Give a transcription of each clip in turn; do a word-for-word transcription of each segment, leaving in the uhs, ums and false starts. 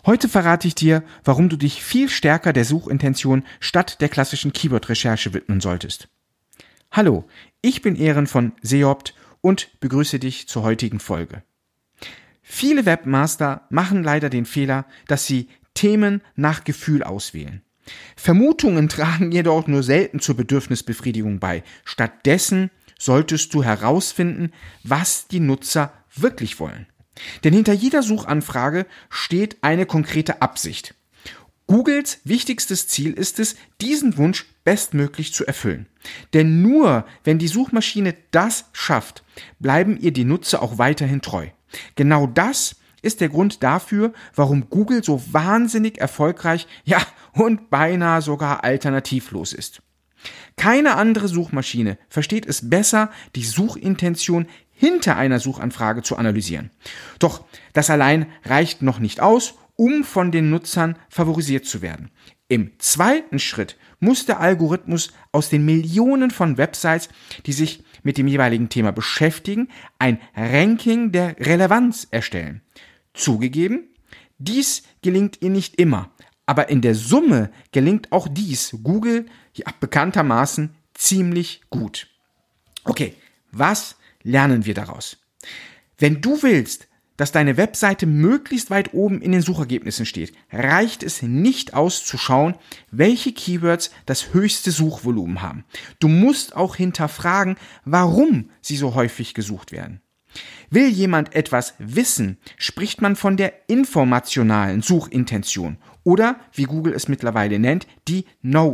Heute verrate ich dir, warum du dich viel stärker der Suchintention statt der klassischen Keyword-Recherche widmen solltest. Hallo, ich bin Ehren von Seopt und begrüße dich zur heutigen Folge. Viele Webmaster machen leider den Fehler, dass sie Themen nach Gefühl auswählen. Vermutungen tragen jedoch nur selten zur Bedürfnisbefriedigung bei. Stattdessen solltest du herausfinden, was die Nutzer wirklich wollen. Denn hinter jeder Suchanfrage steht eine konkrete Absicht. Googles wichtigstes Ziel ist es, diesen Wunsch bestmöglich zu erfüllen. Denn nur wenn die Suchmaschine das schafft, bleiben ihr die Nutzer auch weiterhin treu. Genau das ist der Grund dafür, warum Google so wahnsinnig erfolgreich, ja, und beinahe sogar alternativlos ist. Keine andere Suchmaschine versteht es besser, die Suchintention hinter einer Suchanfrage zu analysieren. Doch das allein reicht noch nicht aus, um von den Nutzern favorisiert zu werden. Im zweiten Schritt muss der Algorithmus aus den Millionen von Websites, die sich mit dem jeweiligen Thema beschäftigen, ein Ranking der Relevanz erstellen. Zugegeben, dies gelingt ihr nicht immer, aber in der Summe gelingt auch dies Google ja, bekanntermaßen ziemlich gut. Okay, was lernen wir daraus? Wenn du willst, dass deine Webseite möglichst weit oben in den Suchergebnissen steht, reicht es nicht aus zu schauen, welche Keywords das höchste Suchvolumen haben. Du musst auch hinterfragen, warum sie so häufig gesucht werden. Will jemand etwas wissen, spricht man von der informationalen Suchintention oder, wie Google es mittlerweile nennt, die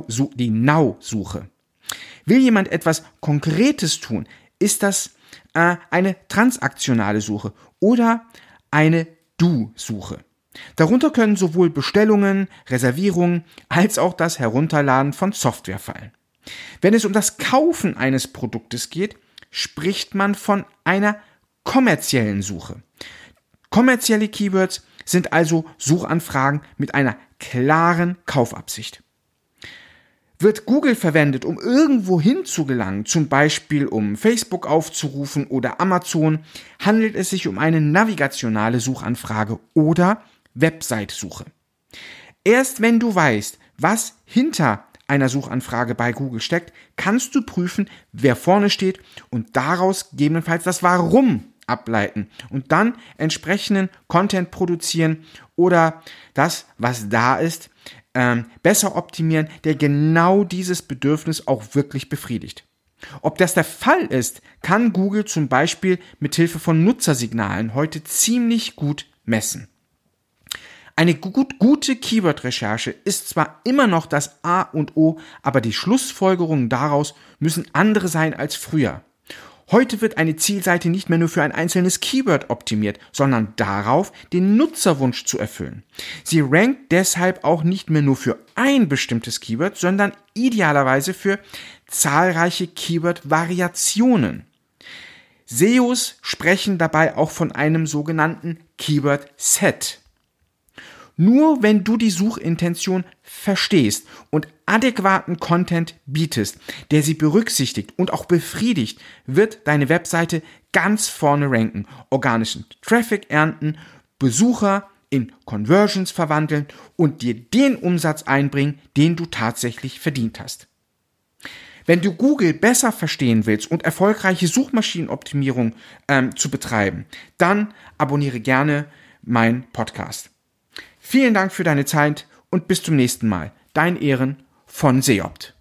Now-Suche. Will jemand etwas Konkretes tun, ist das äh, eine transaktionale Suche oder eine Do-Suche. Darunter können sowohl Bestellungen, Reservierungen als auch das Herunterladen von Software fallen. Wenn es um das Kaufen eines Produktes geht, spricht man von einer kommerziellen Suche. Kommerzielle Keywords sind also Suchanfragen mit einer klaren Kaufabsicht. Wird Google verwendet, um irgendwo hinzugelangen, zum Beispiel um Facebook aufzurufen oder Amazon, handelt es sich um eine navigationale Suchanfrage oder Website-Suche. Erst wenn du weißt, was hinter einer Suchanfrage bei Google steckt, kannst du prüfen, wer vorne steht und daraus gegebenenfalls das Warum ableiten und dann entsprechenden Content produzieren oder das, was da ist, ähm, besser optimieren, der genau dieses Bedürfnis auch wirklich befriedigt. Ob das der Fall ist, kann Google zum Beispiel mit Hilfe von Nutzersignalen heute ziemlich gut messen. Eine gut, gute Keyword-Recherche ist zwar immer noch das A und O, aber die Schlussfolgerungen daraus müssen andere sein als früher. Heute wird eine Zielseite nicht mehr nur für ein einzelnes Keyword optimiert, sondern darauf, den Nutzerwunsch zu erfüllen. Sie rankt deshalb auch nicht mehr nur für ein bestimmtes Keyword, sondern idealerweise für zahlreiche Keyword-Variationen. S E Os sprechen dabei auch von einem sogenannten Keyword-Set. Nur wenn du die Suchintention verstehst und adäquaten Content bietest, der sie berücksichtigt und auch befriedigt, wird deine Webseite ganz vorne ranken, organischen Traffic ernten, Besucher in Conversions verwandeln und dir den Umsatz einbringen, den du tatsächlich verdient hast. Wenn du Google besser verstehen willst und erfolgreiche Suchmaschinenoptimierung ähm, zu betreiben, dann abonniere gerne meinen Podcast. Vielen Dank für deine Zeit und bis zum nächsten Mal. Dein Ehren von Seopt.